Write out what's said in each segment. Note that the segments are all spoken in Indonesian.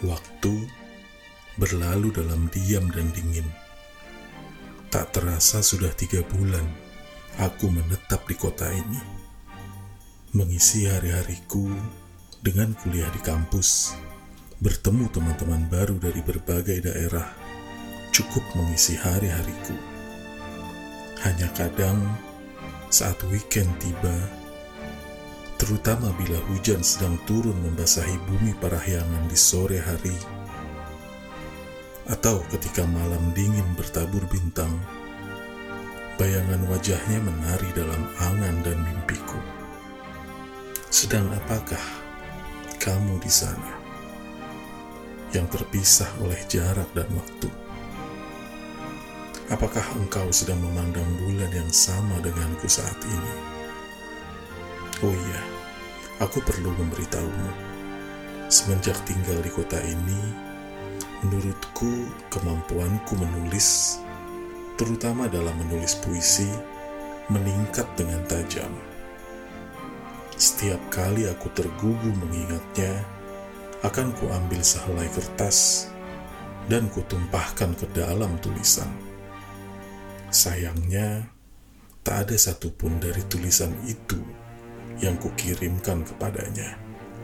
Waktu berlalu dalam diam dan dingin. Tak terasa sudah 3 bulan aku menetap di kota ini, mengisi hari-hariku dengan kuliah di kampus, bertemu teman-teman baru dari berbagai daerah, cukup mengisi hari-hariku. Hanya kadang saat weekend tiba, terutama bila hujan sedang turun membasahi bumi parahyangan di sore hari, atau ketika malam dingin bertabur bintang, bayangan wajahnya menari dalam angan dan mimpiku. Sedang apakah kamu di sana, yang terpisah oleh jarak dan waktu? Apakah engkau sedang memandang bulan yang sama denganku saat ini? Oh iya, aku perlu memberitahumu. Semenjak tinggal di kota ini, menurutku kemampuanku menulis, terutama dalam menulis puisi, meningkat dengan tajam. Setiap kali aku tergugu mengingatnya, akan kuambil sehelai kertas dan kutumpahkan ke dalam tulisan. Sayangnya, tak ada satupun dari tulisan itu yang kukirimkan kepadanya.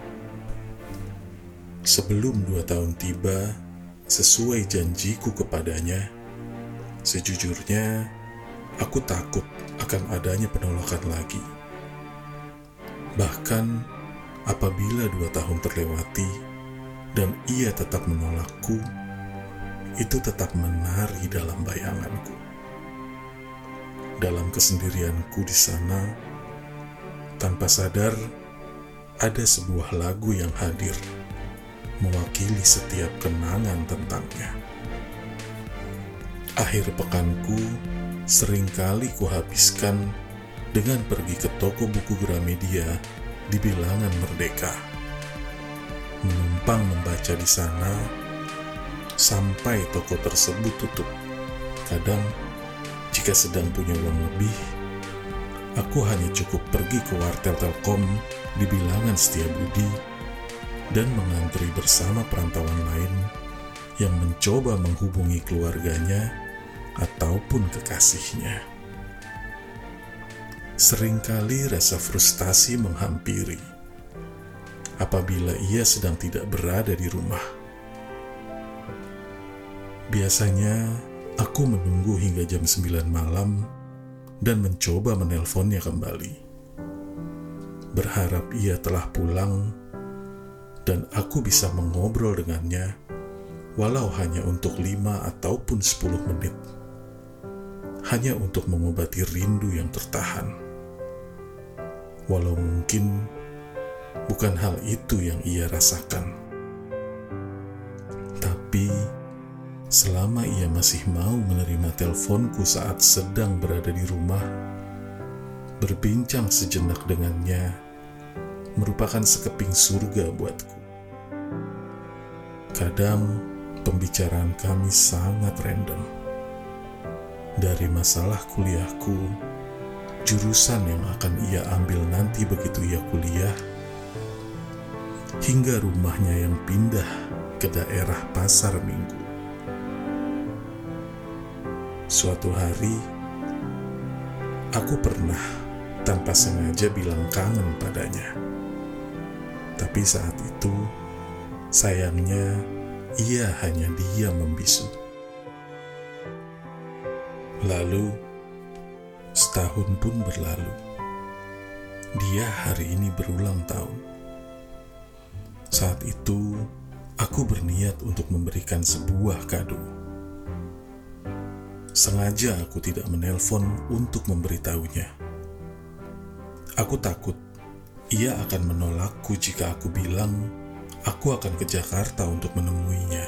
Sebelum 2 tahun tiba, sesuai janjiku kepadanya, sejujurnya aku takut akan adanya penolakan lagi. Bahkan apabila 2 tahun terlewati dan ia tetap menolakku, itu tetap menari dalam bayanganku. Dalam kesendirianku di sana, tanpa sadar, ada sebuah lagu yang hadir, mewakili setiap kenangan tentangnya. Akhir pekanku seringkali kuhabiskan dengan pergi ke toko buku Gramedia di bilangan Merdeka, menumpang membaca di sana sampai toko tersebut tutup. Kadang, jika sedang punya uang lebih, aku hanya cukup pergi ke wartel Telkom di bilangan Setiabudi dan mengantri bersama perantauan lain yang mencoba menghubungi keluarganya ataupun kekasihnya. Seringkali rasa frustasi menghampiri apabila ia sedang tidak berada di rumah. Biasanya aku menunggu hingga jam 9 malam dan mencoba menelponnya kembali, berharap ia telah pulang dan aku bisa mengobrol dengannya, walau hanya untuk 5 ataupun 10 menit, hanya untuk mengobati rindu yang tertahan. Walau mungkin bukan hal itu yang ia rasakan. Tapi selama ia masih mau menerima teleponku saat sedang berada di rumah, berbincang sejenak dengannya merupakan sekeping surga buatku. Kadang pembicaraan kami sangat random. Dari masalah kuliahku, jurusan yang akan ia ambil nanti begitu ia kuliah, hingga rumahnya yang pindah ke daerah Pasar Minggu. Suatu hari, aku pernah tanpa sengaja bilang kangen padanya. Tapi saat itu, sayangnya ia hanya diam membisu. Lalu, setahun pun berlalu. Dia hari ini berulang tahun. Saat itu, aku berniat untuk memberikan sebuah kado. Sengaja aku tidak menelpon untuk memberitahunya. Aku takut ia akan menolakku jika aku bilang aku akan ke Jakarta untuk menemuinya.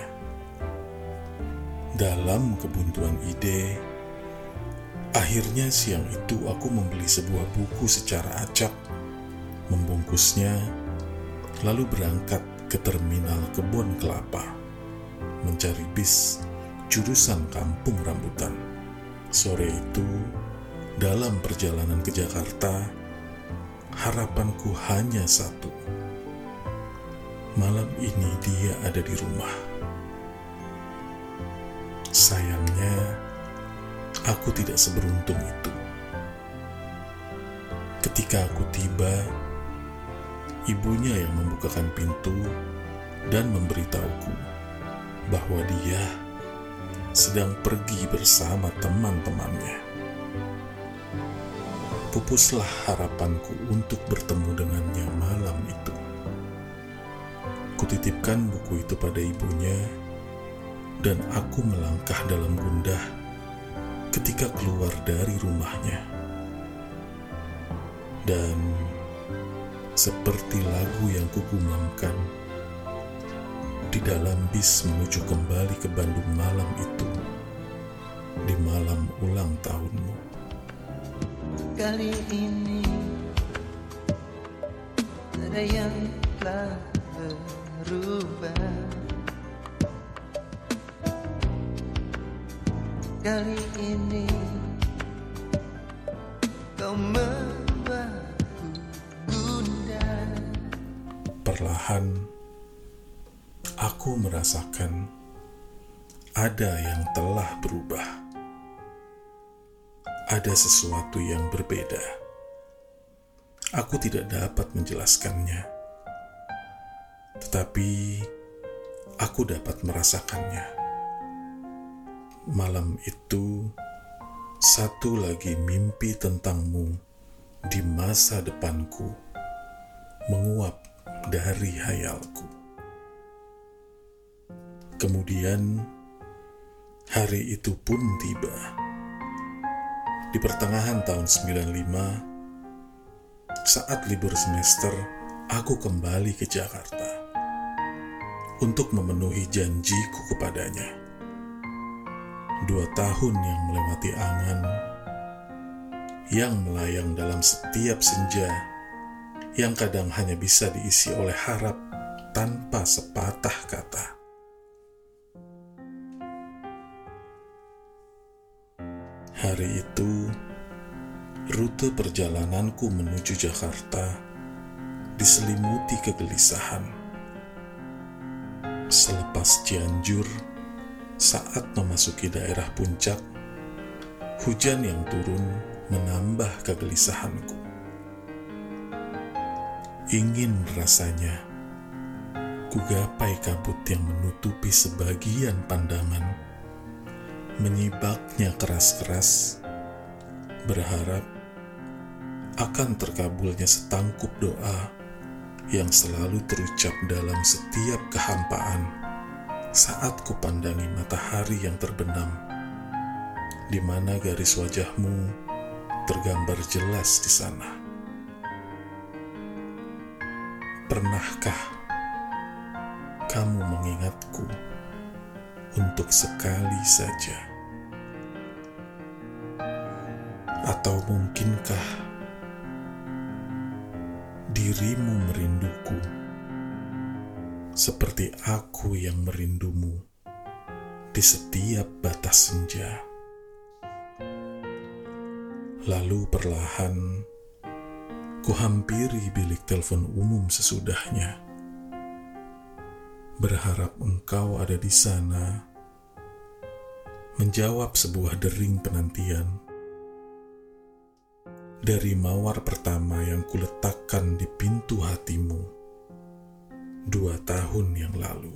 Dalam kebuntuan ide, akhirnya siang itu aku membeli sebuah buku secara acak, membungkusnya, lalu berangkat ke terminal Kebon Kelapa, mencari bis jurusan Kampung Rambutan. Sore itu, dalam perjalanan ke Jakarta, harapanku hanya satu: malam ini dia ada di rumah. Sayangnya, aku tidak seberuntung itu. Ketika aku tiba, ibunya yang membukakan pintu dan memberitahuku bahwa dia sedang pergi bersama teman-temannya. Pupuslah harapanku untuk bertemu dengannya malam itu. Kutitipkan buku itu pada ibunya, dan aku melangkah dalam gundah ketika keluar dari rumahnya. Dan seperti lagu yang kugumamkan, di dalam bis menuju kembali ke Bandung malam itu, di malam ulang tahunmu. Kali ini ada yang telah berubah. Kali ini kau membuatku gundah. Perlahan aku merasakan ada yang telah berubah. Ada sesuatu yang berbeda. Aku tidak dapat menjelaskannya, tetapi aku dapat merasakannya. Malam itu, satu lagi mimpi tentangmu di masa depanku menguap dari hayalku. Kemudian, hari itu pun tiba. Di pertengahan tahun 95, saat libur semester, aku kembali ke Jakarta untuk memenuhi janjiku kepadanya. 2 tahun yang melewati angan, yang melayang dalam setiap senja, yang kadang hanya bisa diisi oleh harap tanpa sepatah kata. Hari itu, rute perjalananku menuju Jakarta diselimuti kegelisahan. Selepas Cianjur, saat memasuki daerah puncak, hujan yang turun menambah kegelisahanku. Ingin rasanya kugapai kabut yang menutupi sebagian pandangan, menyibaknya keras-keras, berharap akan terkabulnya setangkup doa yang selalu terucap dalam setiap kehampaan saat kupandangi matahari yang terbenam, di mana garis wajahmu tergambar jelas di sana. Pernahkah kamu mengingatku untuk sekali saja? Atau mungkinkah dirimu merinduku seperti aku yang merindumu di setiap batas senja? Lalu perlahan kuhampiri bilik telepon umum sesudahnya, berharap engkau ada di sana, menjawab sebuah dering penantian. Dari mawar pertama yang kuletakkan di pintu hatimu 2 tahun yang lalu.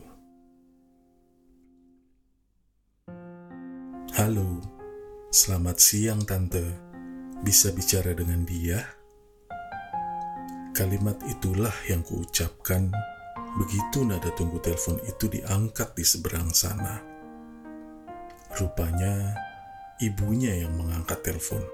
Halo, selamat siang tante. Bisa bicara dengan dia? Kalimat itulah yang kuucapkan begitu nada tunggu telepon itu diangkat di seberang sana. Rupanya ibunya yang mengangkat telepon.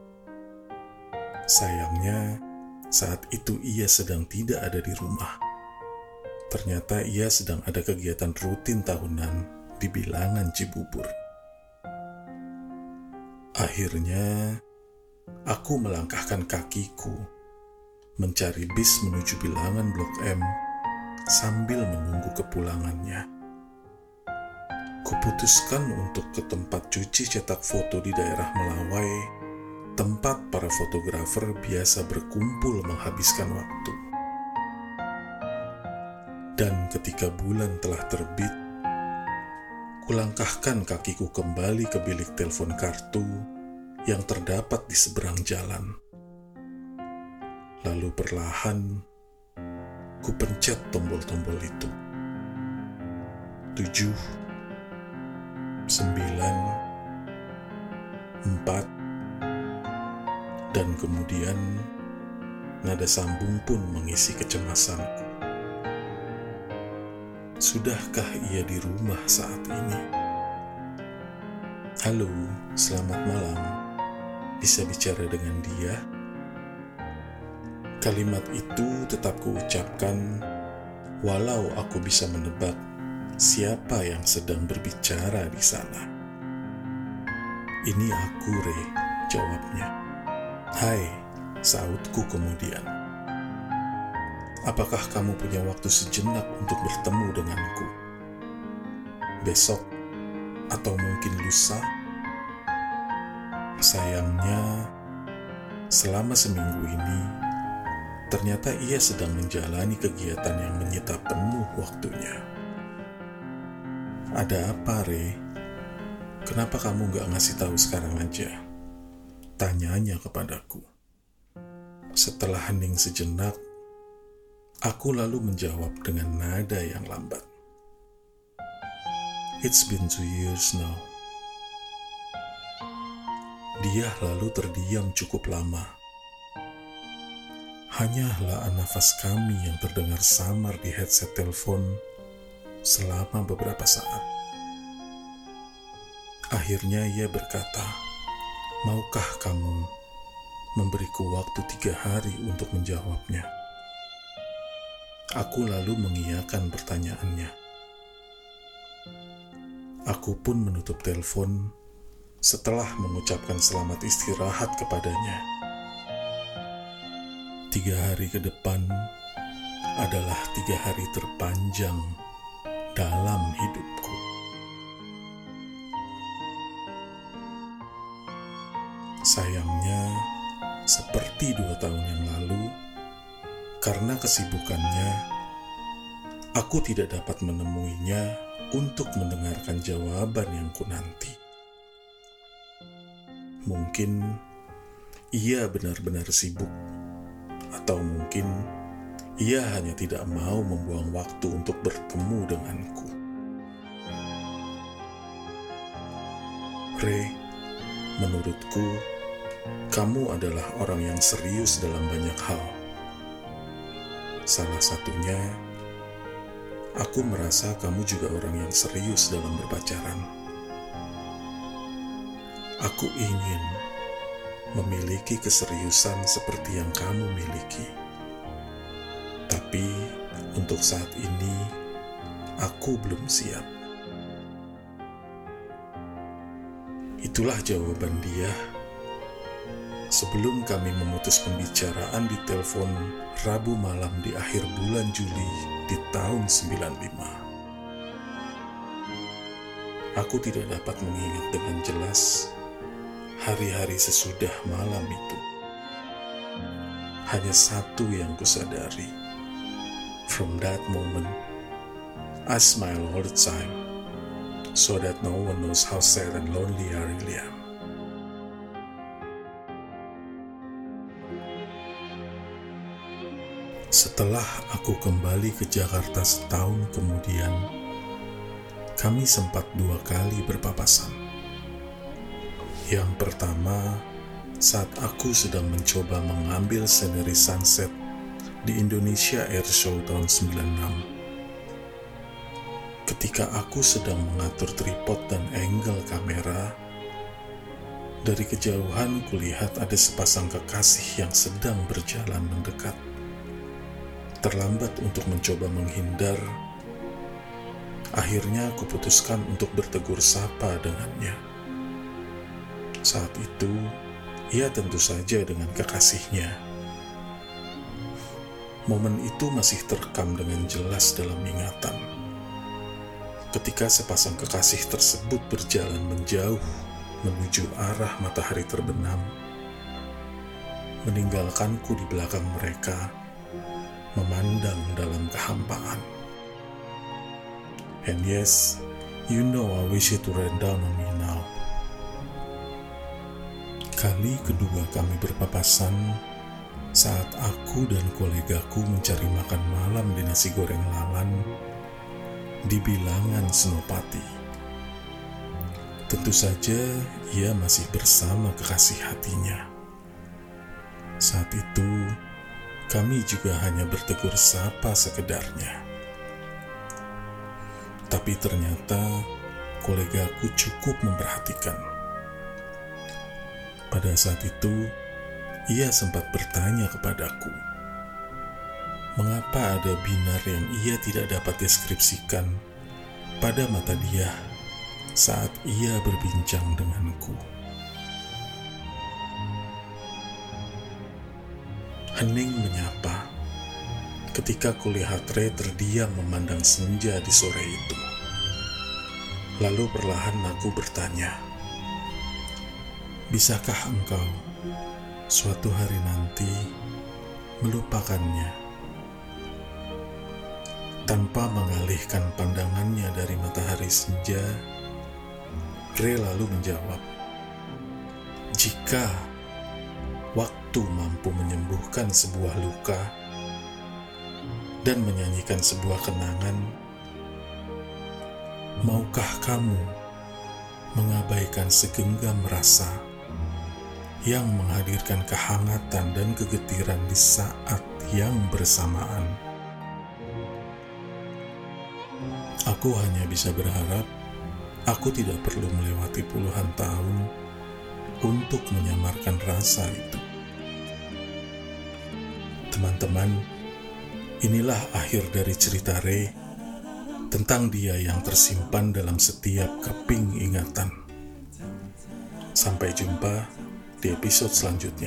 Sayangnya, saat itu ia sedang tidak ada di rumah. Ternyata ia sedang ada kegiatan rutin tahunan di Bilangan Cibubur. Akhirnya, aku melangkahkan kakiku, mencari bis menuju Bilangan Blok M sambil menunggu kepulangannya. Kuputuskan untuk ke tempat cuci cetak foto di daerah Melawai, tempat para fotografer biasa berkumpul menghabiskan waktu. Dan ketika bulan telah terbit, kulangkahkan kakiku kembali ke bilik telepon kartu yang terdapat di seberang jalan. Lalu perlahan, ku pencet tombol-tombol itu. 7, 9, 4, dan kemudian nada sambung pun mengisi kecemasanku. Sudahkah ia di rumah saat ini? Halo, selamat malam. Bisa bicara dengan dia? Kalimat itu tetap kuucapkan, walau aku bisa menebak siapa yang sedang berbicara di sana. Ini aku, Re, jawabnya. Hai, sautku kemudian. Apakah kamu punya waktu sejenak untuk bertemu denganku? Besok, atau mungkin lusa? Sayangnya, selama seminggu ini, ternyata ia sedang menjalani kegiatan yang menyita penuh waktunya. Ada apa, Re? Kenapa kamu gak ngasih tahu sekarang aja? Tanyanya kepadaku. Setelah hening sejenak, aku lalu menjawab dengan nada yang lambat. It's been 2 years now. Dia lalu terdiam cukup lama. Hanya helaan nafas kami yang terdengar samar di headset telepon selama beberapa saat. Akhirnya ia berkata, maukah kamu memberiku waktu 3 hari untuk menjawabnya? Aku lalu mengiyakan pertanyaannya. Aku pun menutup telepon setelah mengucapkan selamat istirahat kepadanya. 3 hari ke depan adalah 3 hari terpanjang dalam hidupku. Sayangnya, seperti 2 tahun yang lalu, karena kesibukannya, aku tidak dapat menemuinya untuk mendengarkan jawaban yang kunanti. Mungkin ia benar-benar sibuk, atau mungkin ia hanya tidak mau membuang waktu untuk bertemu denganku. Re, menurutku, kamu adalah orang yang serius dalam banyak hal. Salah satunya, aku merasa kamu juga orang yang serius dalam berpacaran. Aku ingin memiliki keseriusan seperti yang kamu miliki. Tapi untuk saat ini, aku belum siap. Itulah jawaban dia sebelum kami memutus pembicaraan di telepon Rabu malam di akhir bulan Juli di tahun 95. Aku tidak dapat mengingat dengan jelas hari-hari sesudah malam itu. Hanya satu yang kusadari. From that moment, I smile all the time, so that no one knows how sad and lonely I really am. Setelah aku kembali ke Jakarta setahun kemudian, kami sempat 2 kali berpapasan. Yang pertama, saat aku sedang mencoba mengambil scenery sunset di Indonesia Air Show tahun 96. Ketika aku sedang mengatur tripod dan angle kamera, dari kejauhan kulihat ada sepasang kekasih yang sedang berjalan mendekat. Terlambat untuk mencoba menghindar, akhirnya aku putuskan untuk bertegur sapa dengannya. Saat itu, ia tentu saja dengan kekasihnya. Momen itu masih terekam dengan jelas dalam ingatan. Ketika sepasang kekasih tersebut berjalan menjauh menuju arah matahari terbenam, meninggalkanku di belakang mereka, memandang dalam kehampaan. And yes, you know I wish it to rain down on me now. Kali kedua kami berpapasan saat aku dan kolegaku mencari makan malam di nasi goreng lalan di bilangan Senopati. Tentu saja ia masih bersama kekasih hatinya. Saat itu kami juga hanya bertegur sapa sekedarnya. Tapi ternyata kolegaku cukup memperhatikan. Pada saat itu, ia sempat bertanya kepadaku, mengapa ada binar yang ia tidak dapat deskripsikan pada mata dia saat ia berbincang denganku. Hening menyapa ketika kulihat Ray terdiam memandang senja di sore itu. Lalu perlahan aku bertanya, bisakah engkau suatu hari nanti melupakannya? Tanpa mengalihkan pandangannya dari matahari senja, Ray lalu menjawab, jika waktu mampu menyembuhkan sebuah luka dan menyanyikan sebuah kenangan, maukah kamu mengabaikan segenggam rasa yang menghadirkan kehangatan dan kegetiran di saat yang bersamaan? Aku hanya bisa berharap aku tidak perlu melewati puluhan tahun untuk menyamarkan rasa itu. Teman-teman, inilah akhir dari cerita Ray tentang dia yang tersimpan dalam setiap keping ingatan. Sampai jumpa di episode selanjutnya.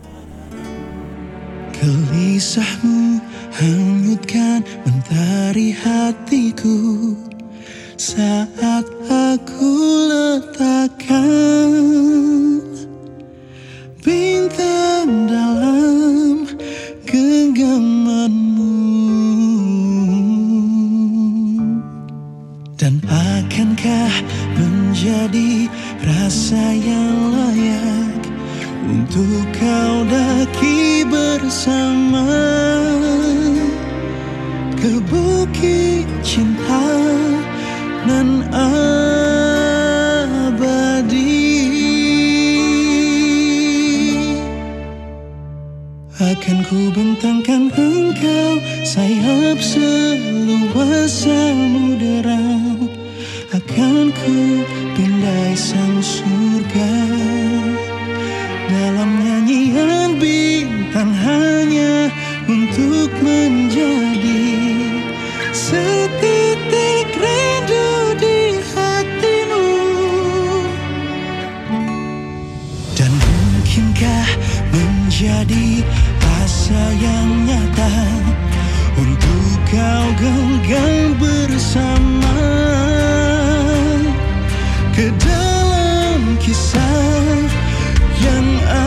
Gelisahmu hanyutkan mentari hatiku saat aku letakkan bintang dalam genggamanmu. Dan akankah menjadi rasa yang layak untuk kau daki bersama ke bukit cinta nan abadi? Akan ku bentangkan engkau sayap seluas samudera, akan ku pindai sang surga dalam nyanyian bintang hanya untuk menjadi setitik rindu di hatimu. Dan mungkinkah menjadi rasa yang nyata untuk kau genggam bersama ke dalam kisah yang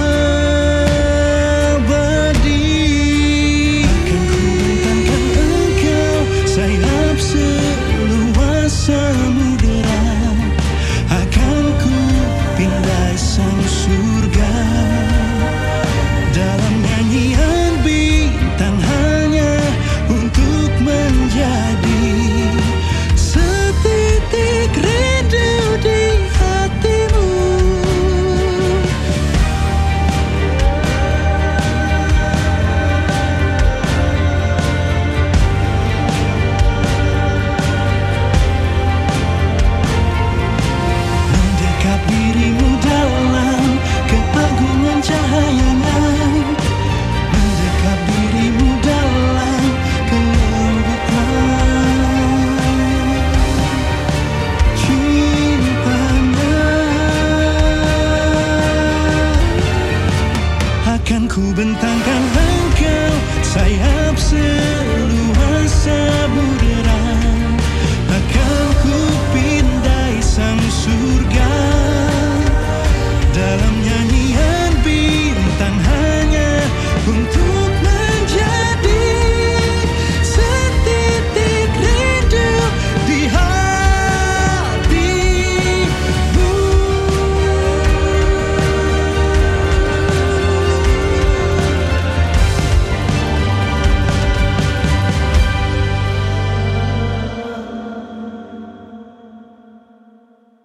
abadi? Akan ku bentangkan engkau sayap seluas samudera,